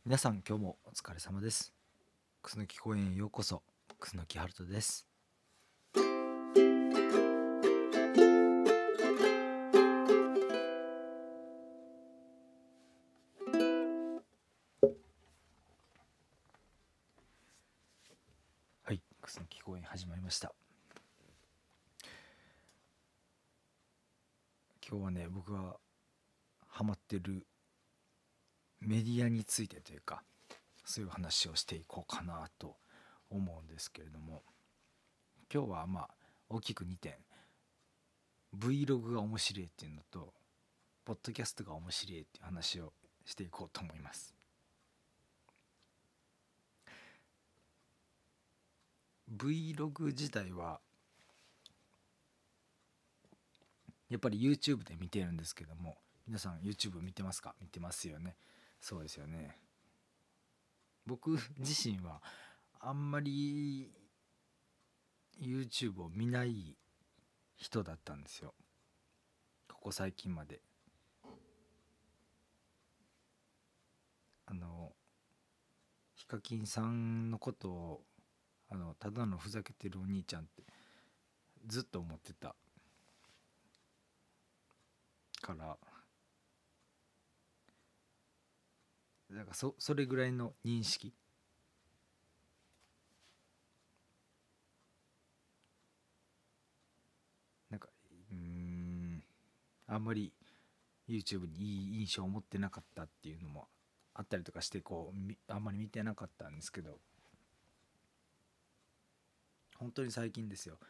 皆さん今日もお疲れ様です。楠木公園へようこそ。楠木春人です。はい、楠木公園始まりました。今日はね、僕がハマってるメディアについてというか、そういう話をしていこうかなと思うんですけれども、今日は大きく2点、Vlog が面白いっていうのと、ポッドキャストが面白いっていう話をしていこうと思います。Vlog 自体はやっぱり YouTube で見てるんですけども、皆さん YouTube 見てますか？見てますよね。そうですよね。僕自身はあんまり YouTube を見ない人だったんですよ、ここ最近まで。あのヒカキンさんのことをただのふざけてるお兄ちゃんってずっと思ってたから、だからそれぐらいの認識。なんかあんまり YouTube にいい印象を持ってなかったっていうのもあったりとかして、あんまり見てなかったんですけど、本当に最近ですよ、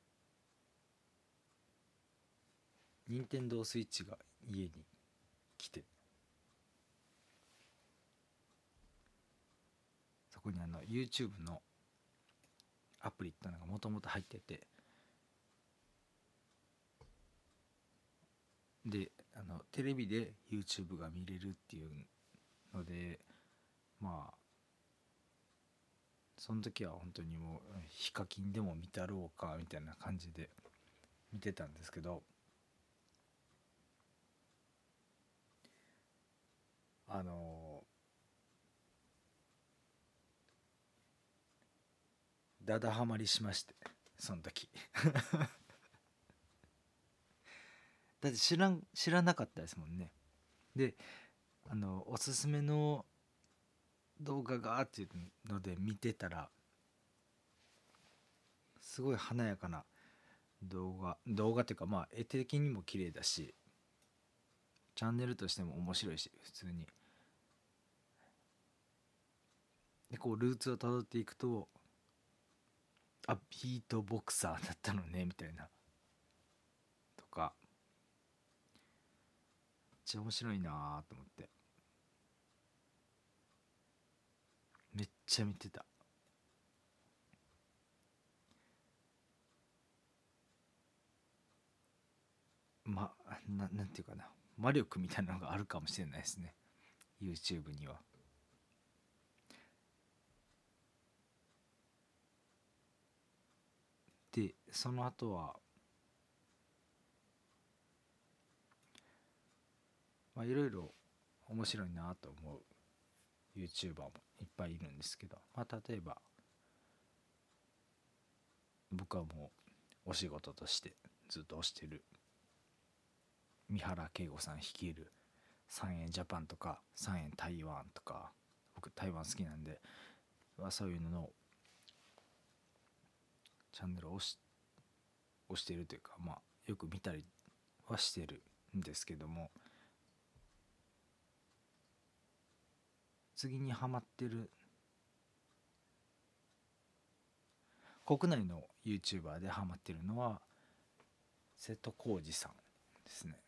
任天堂スイッチが家に来て、そこにYouTube のアプリってのがもともと入ってて、でテレビで YouTube が見れるっていうので、まあその時は本当にもうヒカキンでも見たろうかみたいな感じで見てたんですけど、あのダダハマりしまして、その時だって知らなかったですもんね。でおすすめの動画がっていうので見てたら、すごい華やかな動画っていうか、絵的にも綺麗だし、チャンネルとしても面白いし、普通に。でルーツをたどっていくと、ビートボクサーだったのねみたいなとか、めっちゃ面白いなと思って、めっちゃ見てた。なんていうかな、魔力みたいなのがあるかもしれないですね、 YouTube には。でその後はいろいろ面白いなと思う YouTuber もいっぱいいるんですけど、例えば僕はもうお仕事としてずっと推してる三原慶吾さん率いる三円ジャパンとか三円台湾とか、僕台湾好きなんで、そういうののチャンネルを押してるというか、よく見たりはしてるんですけども、次にハマってる国内の YouTuber でハマってるのは瀬戸康史さんですね。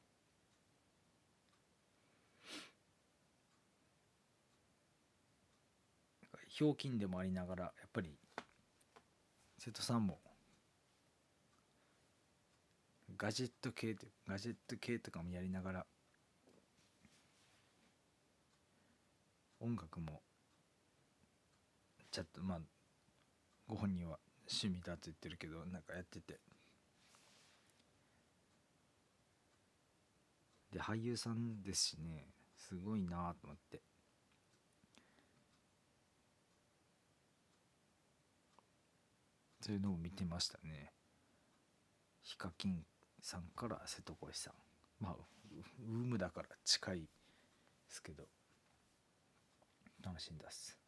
ひょうきんでもありながら、やっぱり瀬戸さんもガジェット系とかもやりながら、音楽もちょっとご本人は趣味だと言ってるけど、なんかやってて、で俳優さんですしね、すごいなと思って。 そういうのを見てましたね。ヒカキンさんから瀬戸越さん、まあウームだから近いですけど楽しんだっす。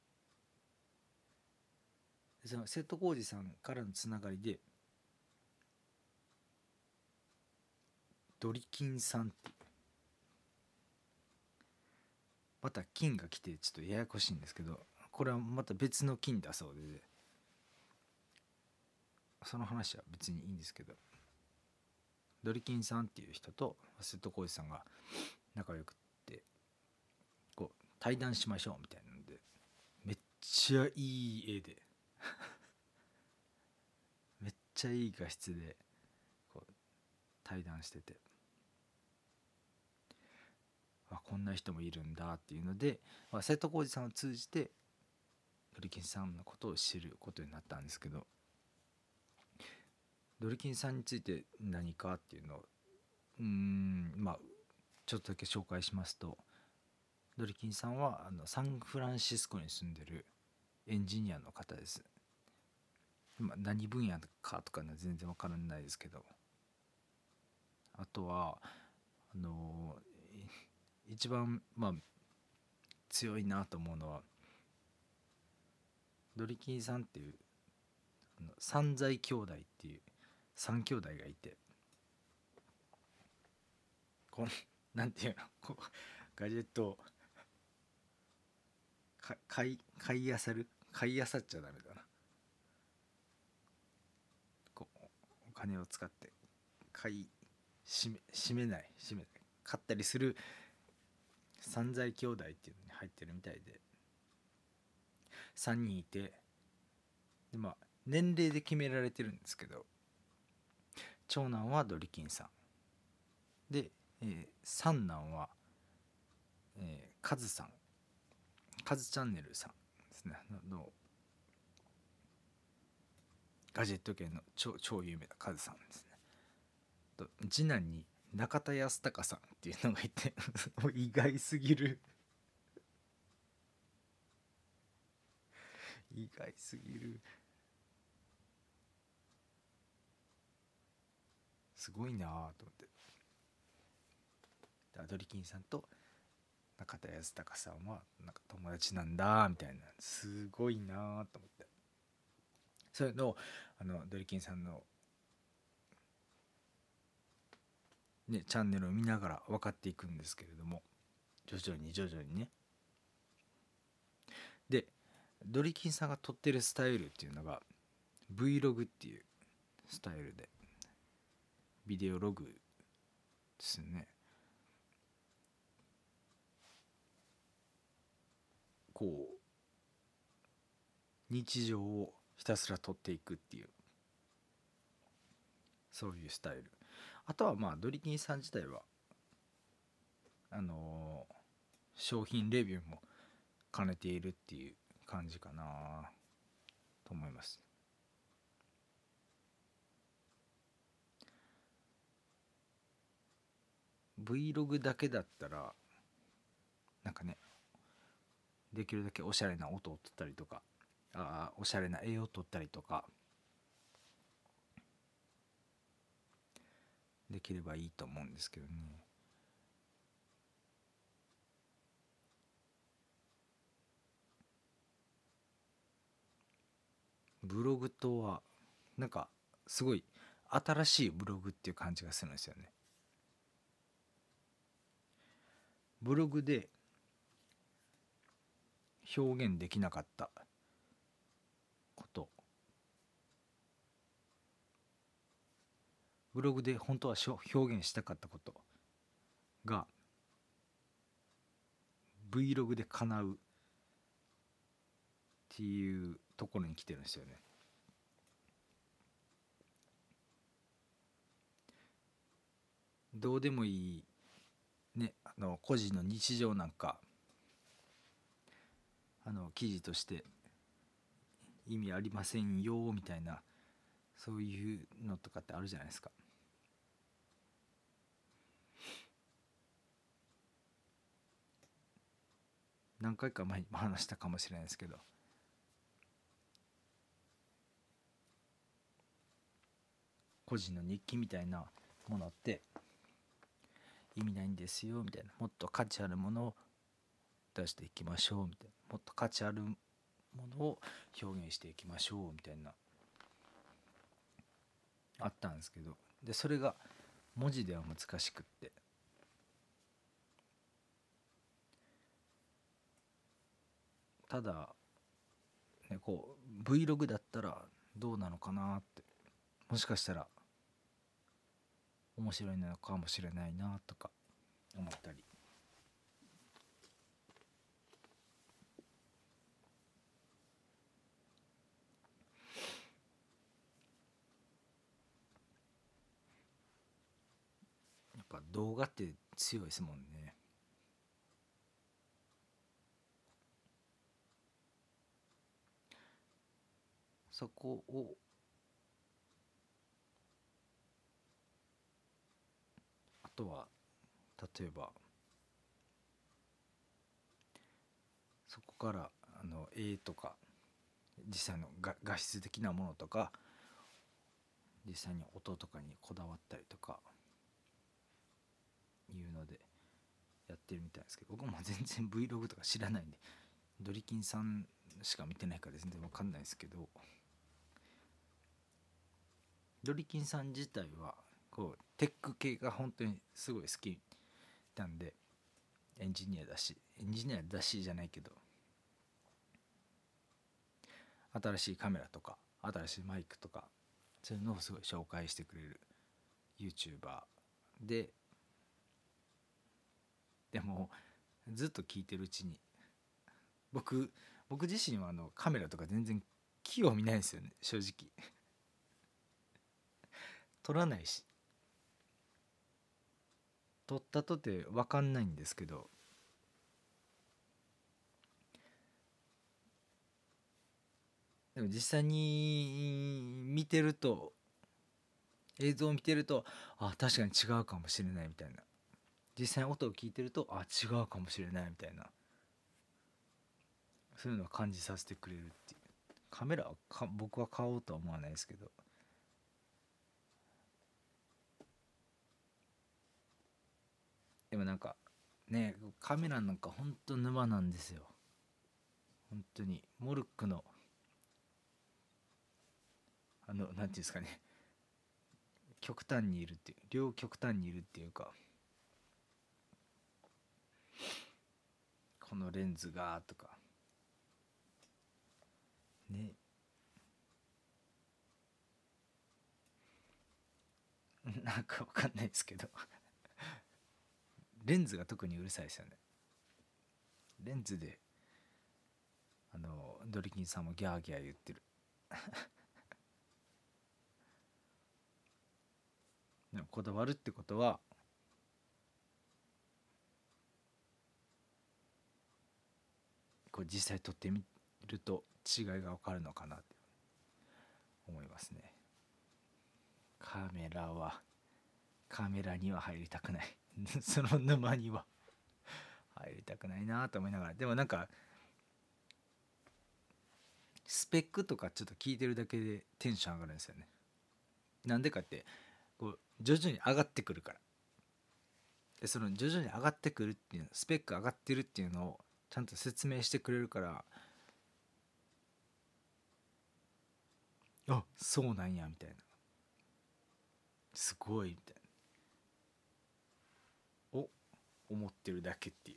その瀬戸康史さんからのつながりでドリキンさんってまた金が来てちょっとややこしいんですけど、これはまた別の金だそうで、その話は別にいいんですけど、ドリキンさんっていう人と瀬戸康史さんが仲良くってこう対談しましょうみたいなので、めっちゃいい絵でめっちゃいい画質でこう対談してて、あこんな人もいるんだっていうので、瀬戸康史さんを通じてドリキンさんのことを知ることになったんですけど、ドリキンさんについて何かっていうのをまあちょっとだけ紹介しますと、ドリキンさんはサンフランシスコに住んでるエンジニアの方です。何分野かとかは全然わからないですけど、あとは一番強いなと思うのはドリキンさんっていう三在兄弟っていう三兄弟がいて、こんなんていうのこうガジェットを買いあさる買いあさっちゃダメだな、こうお金を使って買い締めない買ったりする三在兄弟っていうのに入ってるみたいで、3人いて、で年齢で決められてるんですけど、長男はドリキンさんで、三男は、カズさん、カズチャンネルさんですねのガジェット系の超有名なカズさんですね。と次男に中田康隆さんっていうのがいて意外すぎる意外すぎる、すごいなぁと思って。ドリキンさんと中田康隆さんはなんか友達なんだみたいな、すごいなぁと思って、そういうのをドリキンさんのねチャンネルを見ながら分かっていくんですけれども、徐々にね。でドリキンさんが撮ってるスタイルっていうのが Vlog っていうスタイルで、ビデオログですね。こう日常をひたすら撮っていくっていう、そういうスタイル。あとはドリキンさん自体は商品レビューも兼ねているっていう感じかなと思います。Vlog だけだったらなんかね、できるだけおしゃれな音を撮ったりとか、おしゃれな絵を撮ったりとかできればいいと思うんですけどね。ブログとはなんかすごい新しいブログっていう感じがするんですよね。ブログで表現できなかったこと、ブログで本当は表現したかったことが Vlog で叶うっていうところに来てるんですよね。どうでもいいね、個人の日常なんか記事として意味ありませんよみたいな、そういうのとかってあるじゃないですか。何回か前にも話したかもしれないですけど、 個人の日記みたいなものって意味ないんですよみたいな、もっと価値あるものを出していきましょうみたいな、もっと価値あるものを表現していきましょうみたいなあったんですけど、でそれが文字では難しくって、ただね、こう Vlog だったらどうなのかなって、もしかしたら面白いのかもしれないなとか思ったり。やっぱ動画って強いですもんね。そこをあとは例えばそこから絵とか実際の画質的なものとか実際に音とかにこだわったりとかいうのでやってるみたいですけど、僕も全然 Vlog とか知らないんで、ドリキンさんしか見てないから全然わかんないですけど、ドリキンさん自体はこうテック系が本当にすごい好きなんで、エンジニアだしじゃないけど、新しいカメラとか新しいマイクとかそういうのをすごい紹介してくれる YouTuber で、でもずっと聞いてるうちに僕自身はカメラとか全然興味ないんですよね、正直。撮らないし、撮ったとて分かんないんですけど、でも実際に見てると、映像を見てると、あ、確かに違うかもしれないみたいな、実際に音を聞いてると、あ、違うかもしれないみたいな、そういうのを感じさせてくれるっていう。カメラは僕は買おうとは思わないですけど、でもなんかね、カメラなんかほんと沼なんですよ。本当にモルックのなんていうんですかね、極端にいるっていう、両極端にいるっていうか、このレンズがとかね、なんかわかんないですけどレンズが特にうるさいですよね。レンズでドリキンさんもギャーギャー言ってる。でもこだわるってことはこう実際撮ってみると違いが分かるのかなって思いますね。カメラには入りたくないその沼には入りたくないなと思いながら、でもなんかスペックとかちょっと聞いてるだけでテンション上がるんですよね。なんでかってこう徐々に上がってくるから。でその徐々に上がってくるっていうの、スペック上がってるっていうのをちゃんと説明してくれるから、あ、そうなんやみたいな、すごいみたいなを思ってるだけっていう。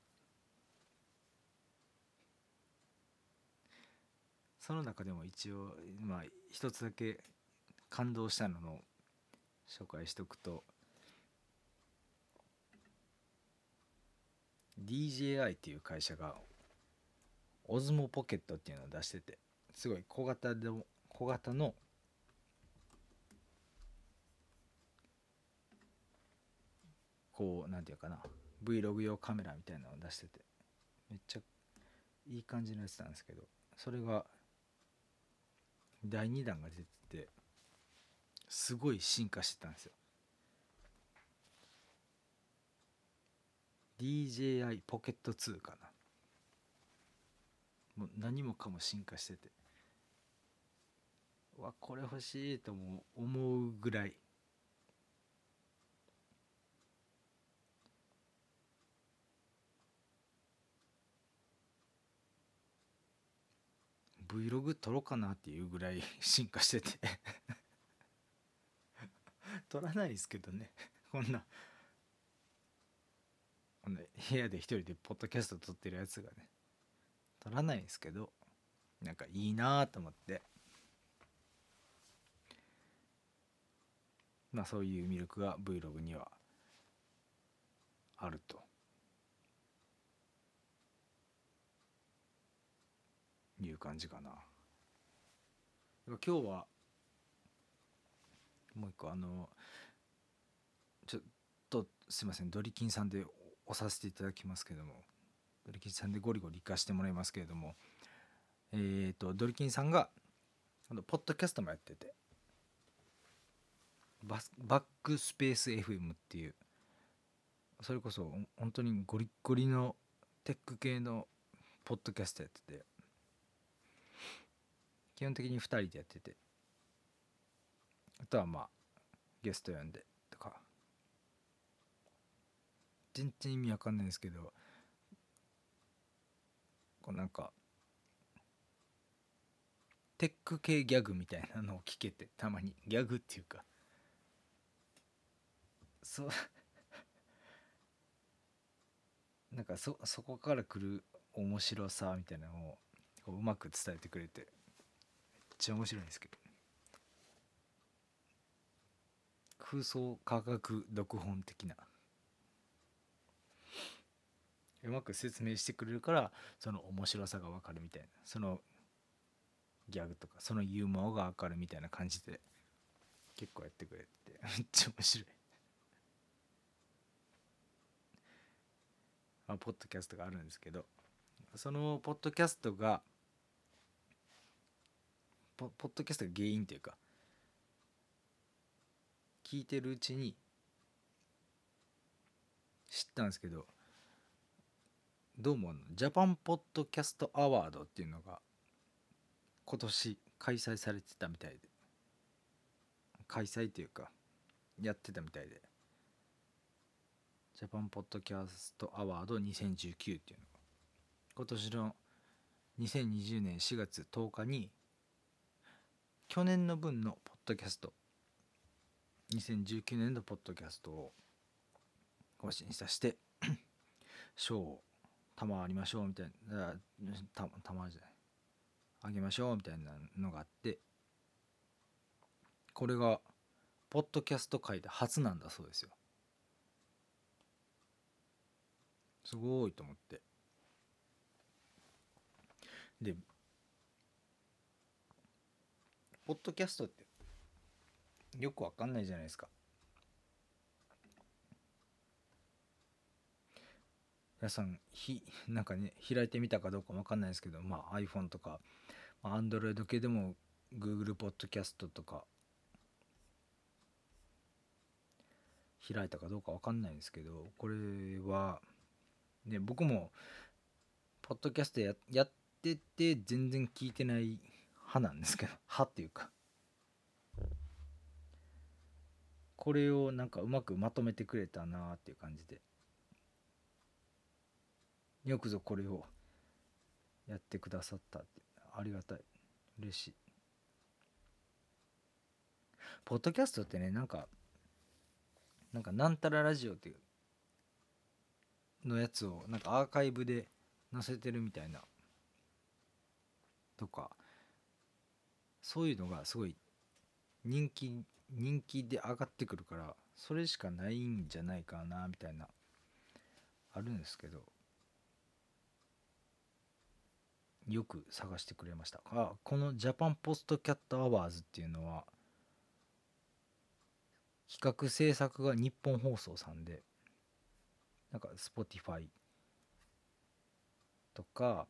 その中でも一応まあ一つだけ感動したのを紹介しておくと、 DJI っていう会社がオズモポケットっていうのを出してて、すごい小型のこうなんていうかな、 Vlog 用カメラみたいなのを出してて、めっちゃいい感じのやつなんですけど、それが第2弾が出ててすごい進化してたんですよ。 DJI ポケット2かな、もう何もかも進化してて、 これ欲しいとも思うぐらい。Vlog 撮ろうかなっていうぐらい進化してて撮らないですけどねこんな部屋で一人でポッドキャスト撮ってるやつがね、撮らないですけど、なんかいいなと思って、まあそういう魅力が Vlog にはあるという感じかな。今日はもう一個ちょっとすいません、ドリキンさんで押させていただきますけども、ドリキンさんでゴリゴリ行かしてもらいますけれども、ドリキンさんがポッドキャストもやってて、バックスペース FM っていう、それこそ本当にゴリッゴリのテック系のポッドキャストやってて、基本的に2人でやってて、あとはまあゲスト呼んでとか、全然意味わかんないですけど、こうなんかテック系ギャグみたいなのを聞けて、たまにギャグっていうか、そうなんかそこから来る面白さみたいなのをこううまく伝えてくれて、めっちゃ面白いんですけど、空想科学読本的な、うまく説明してくれるからその面白さが分かるみたいな、そのギャグとかそのユーモアが分かるみたいな感じで結構やってくれてめっちゃ面白い、まあ、ポッドキャストがあるんですけど、そのポッドキャストが原因というか、聞いてるうちに知ったんですけど、どうもジャパンポッドキャストアワードっていうのが今年開催されてたみたいで、開催というかやってたみたいで、ジャパンポッドキャストアワード2019っていうのが今年の2020年4月10日に去年の分のポッドキャスト、2019年のポッドキャストを更新させて賞を賜りましょうみたいな、たまじゃない、あげましょうみたいなのがあって、これがポッドキャスト界で初なんだそうですよ。すごいと思って、でポッドキャストってよくわかんないじゃないですか。皆さんなんかね、開いてみたかどうかもわかんないですけど、まあ iPhone とか、まあ、Android 系でも Google ポッドキャストとか開いたかどうかわかんないんですけど、これはね、僕もポッドキャストやってて全然聞いてない派なんですけど、派っていうか、これをなんかうまくまとめてくれたなっていう感じで、よくぞこれをやってくださったって、ありがたい、嬉しい。ポッドキャストってね、なんたらラジオっていうのやつをなんかアーカイブで載せてるみたいなとか、そういうのがすごい人気で上がってくるから、それしかないんじゃないかなみたいなあるんですけど、よく探してくれました。このジャパンポストキャットアワーズっていうのは企画制作が日本放送さんで、なんか Spotify とか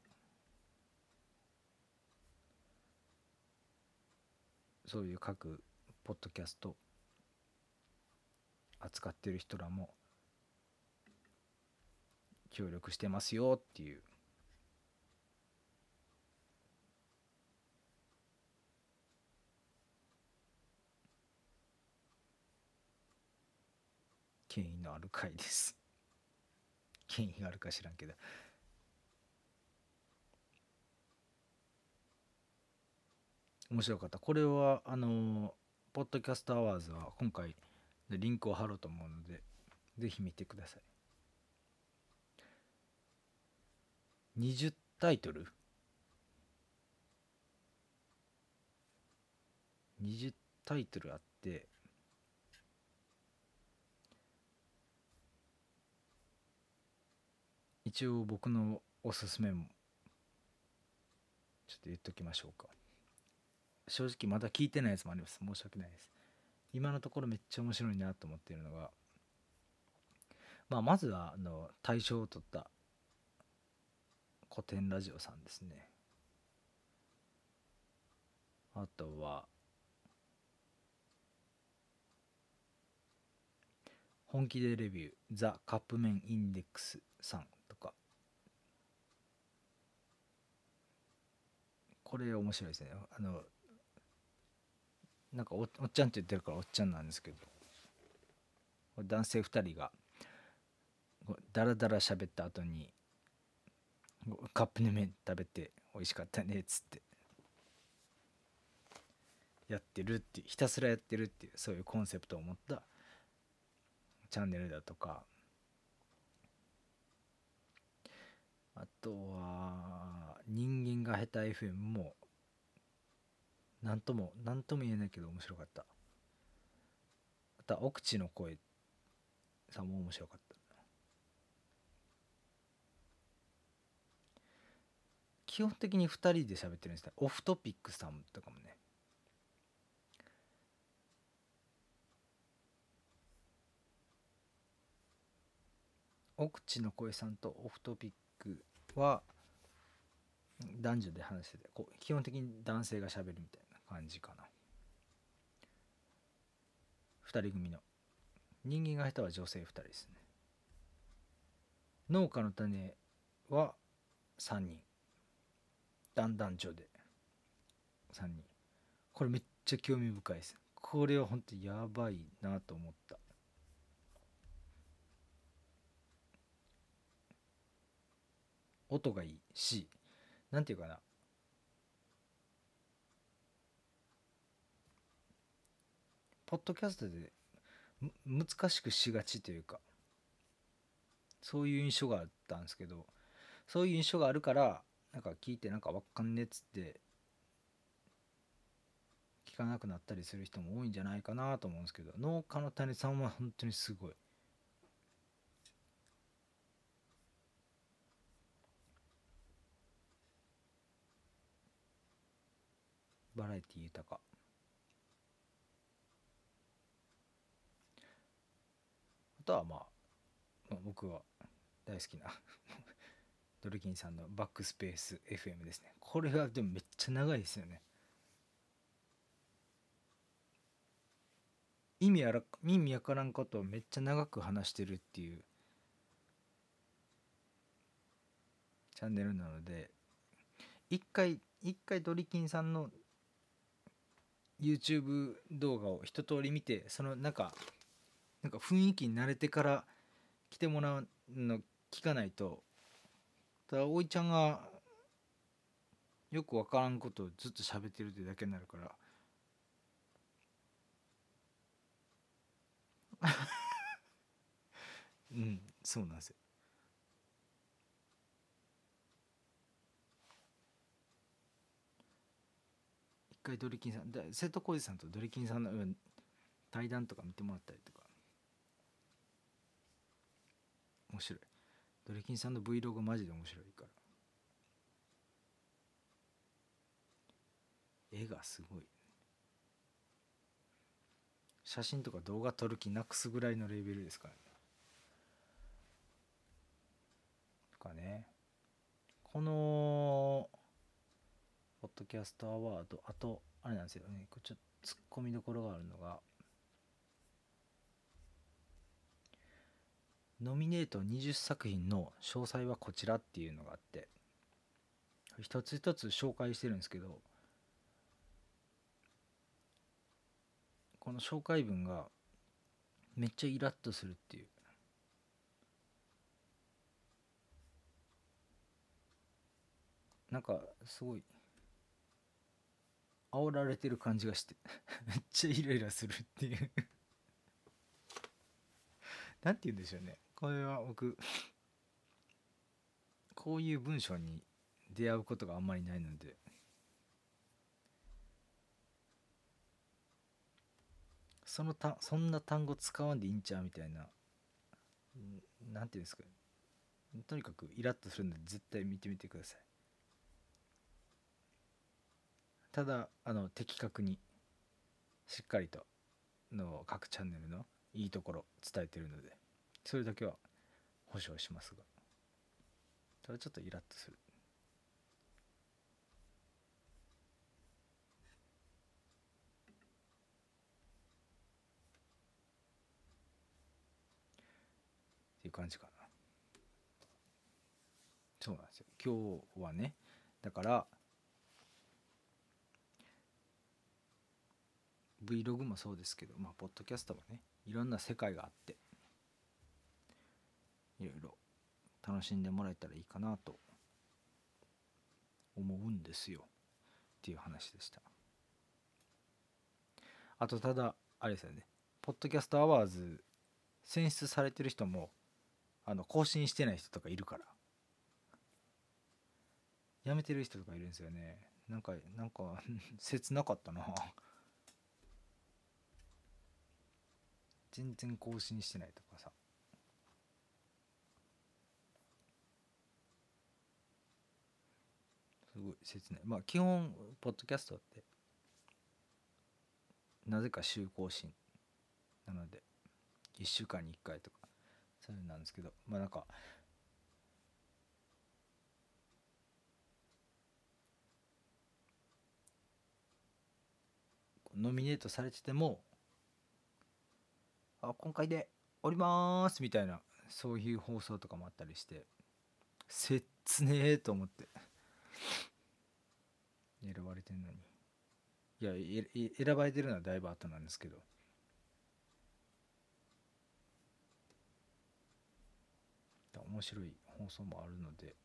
そういう各ポッドキャスト扱ってる人らも協力してますよっていう、 権威のある回です。権威があるか知らんけど。面白かった。これはポッドキャストアワーズは今回リンクを貼ろうと思うので、ぜひ見てください。20タイトル20タイトルあって、一応僕のおすすめもちょっと言っときましょうか。正直まだ聞いてないやつもあります。申し訳ないです。今のところめっちゃ面白いなと思っているのが、まずは大賞を取った古典ラジオさんですね。あとは本気でレビューザ・カップ麺インデックスさんとか、これ面白いですね。なんかおっちゃんって言ってるからおっちゃんなんですけど、男性2人がダラダラ喋った後にカップ麺食べて美味しかったねっつってやってるっていう、ひたすらやってるっていう、そういうコンセプトを持ったチャンネルだとか、あとは人間が下手 FM も何とも言えないけど面白かった。あとは奥地の声さんも面白かった。基本的に2人で喋ってるんですね。オフトピックさんとかもね。奥地の声さんとオフトピックは男女で話してて、基本的に男性が喋るみたいな感じかな。2人組の。人間が下手は女性2人ですね。農家の種は3人。男女で3人。これめっちゃ興味深いです。これは本当にやばいなと思った。音がいいし、なんていうかな、ポッドキャストで難しくしがちというか、そういう印象があったんですけど、そういう印象があるからなんか聞いてなんかわかんねっつって聞かなくなったりする人も多いんじゃないかなと思うんですけど、農家の種さんは本当にすごい。バラエティ豊か。あとは僕は大好きなドルキンさんのバックスペース FM ですね。これがでもめっちゃ長いですよね。意味わからんことをめっちゃ長く話してるっていうチャンネルなので、一回ドリキンさんの YouTube 動画を一通り見て、そのなんか雰囲気に慣れてから来てもらうの聞かないと、ただおいちゃんがよくわからんことをずっと喋ってるってだけになるから。うん、そうなんですよ。一回ドリキンさん瀬戸康史さんとドリキンさんの対談とか見てもらったりとか、面白い。ドリキンさんの Vlog マジで面白いから。絵がすごい。写真とか動画撮る気なくすぐらいのレベルですからね。とかね。このポッドキャストアワード、あとあれなんですよね、ちょっとツッコミどころがあるのが、ノミネート20作品の詳細はこちらっていうのがあって、一つ一つ紹介してるんですけど、この紹介文がめっちゃイラッとするっていう、なんかすごい煽られてる感じがしてめっちゃイライラするっていうなんて言うんでしょうね、これは僕こういう文章に出会うことがあんまりないので、そんな単語使わんでいいんちゃうみたいな、なんていうんですか、とにかくイラッとするので絶対見てみてください。ただ的確にしっかりと各チャンネルのいいところ伝えてるので、それだけは保証しますが、ただちょっとイラッとするっていう感じかな。そうなんですよ、今日はね。だから Vlog もそうですけど、ポッドキャストもね、いろんな世界があって、いろいろ楽しんでもらえたらいいかなと思うんですよっていう話でした。あと、ただあれですよね、ポッドキャストアワーズ選出されてる人も更新してない人とかいるから、やめてる人とかいるんですよね。なんか切なかったな全然更新してないとかさ、すごい切ない。基本ポッドキャストってなぜか週更新なので1週間に1回とかそういうのなんですけど、なんかノミネートされてても、今回でおりますみたいな、そういう放送とかもあったりして、切ねえと思って選ばれてんのに。いや、選ばれてるのはだいぶ後なんですけど、面白い放送もあるので、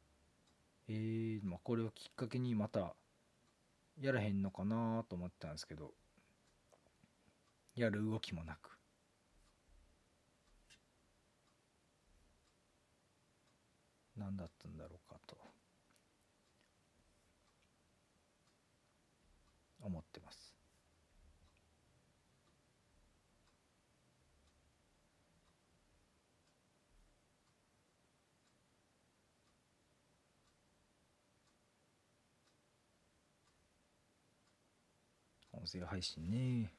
これをきっかけにまたやらへんのかなと思ってたんですけど、やる動きもなく、何だったんだろうかと思ってます。音声配信ね。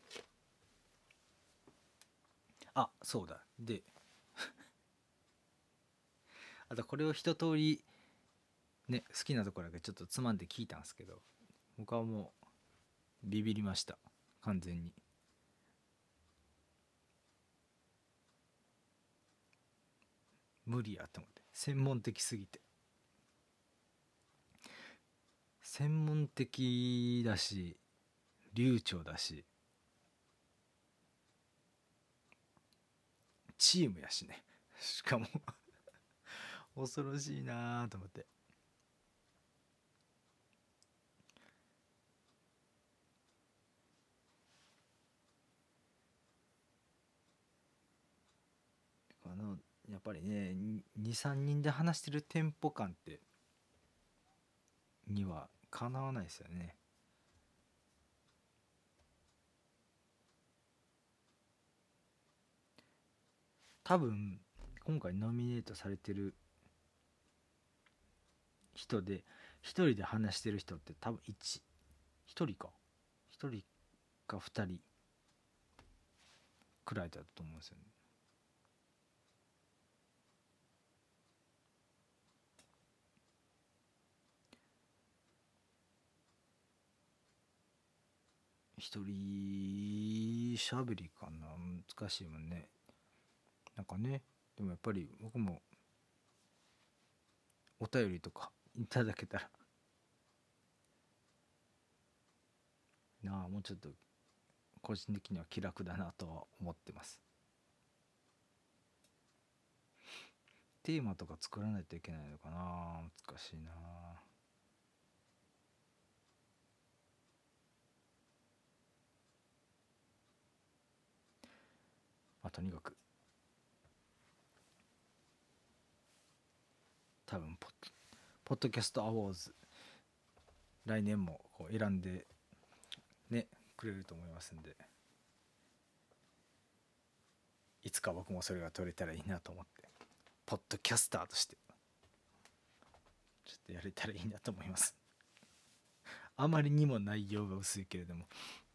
そうだ。で、あとこれを一通りね、好きなところだけちょっとつまんで聞いたんですけど、僕はもうビビりました。完全に。無理やと思って。専門的すぎて。専門的だし、流暢だし、チームやしね。しかも恐ろしいなと思って。やっぱりね、23人で話してるテンポ感ってにはかなわないですよね。多分今回ノミネートされてる人で一人で話してる人って多分一人か一人か二人くらいだと思うんですよね。一人しゃべりかな、難しいもんね。なんかね、でもやっぱり僕もお便りとかいただけたらもうちょっと個人的には気楽だなとは思ってます。テーマとか作らないといけないのかな、難しいな。とにかく多分ポッドキャストアワーズ来年もこう選んでねくれると思いますんで、いつか僕もそれが取れたらいいなと思って、ポッドキャスターとしてちょっとやれたらいいなと思います。あまりにも内容が薄いけれども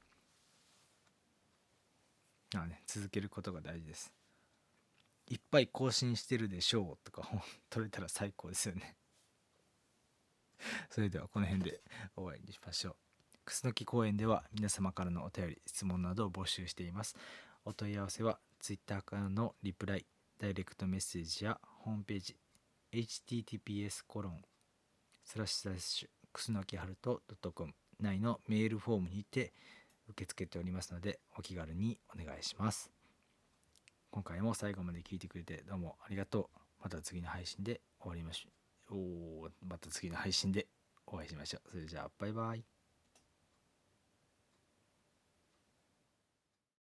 続けることが大事です。いっぱい更新してるでしょうとか取れたら最高ですよね。それではこの辺で終わりにしましょう。楠木公園では皆様からのお便り質問などを募集しています。お問い合わせは Twitter からのリプライ、ダイレクトメッセージやホームページ https:// くすのきはると .com 内のメールフォームにて受け付けておりますので、お気軽にお願いします。今回も最後まで聞いてくれてどうもありがとう。また次の配信でお会いしましょう。それじゃあバイバイ。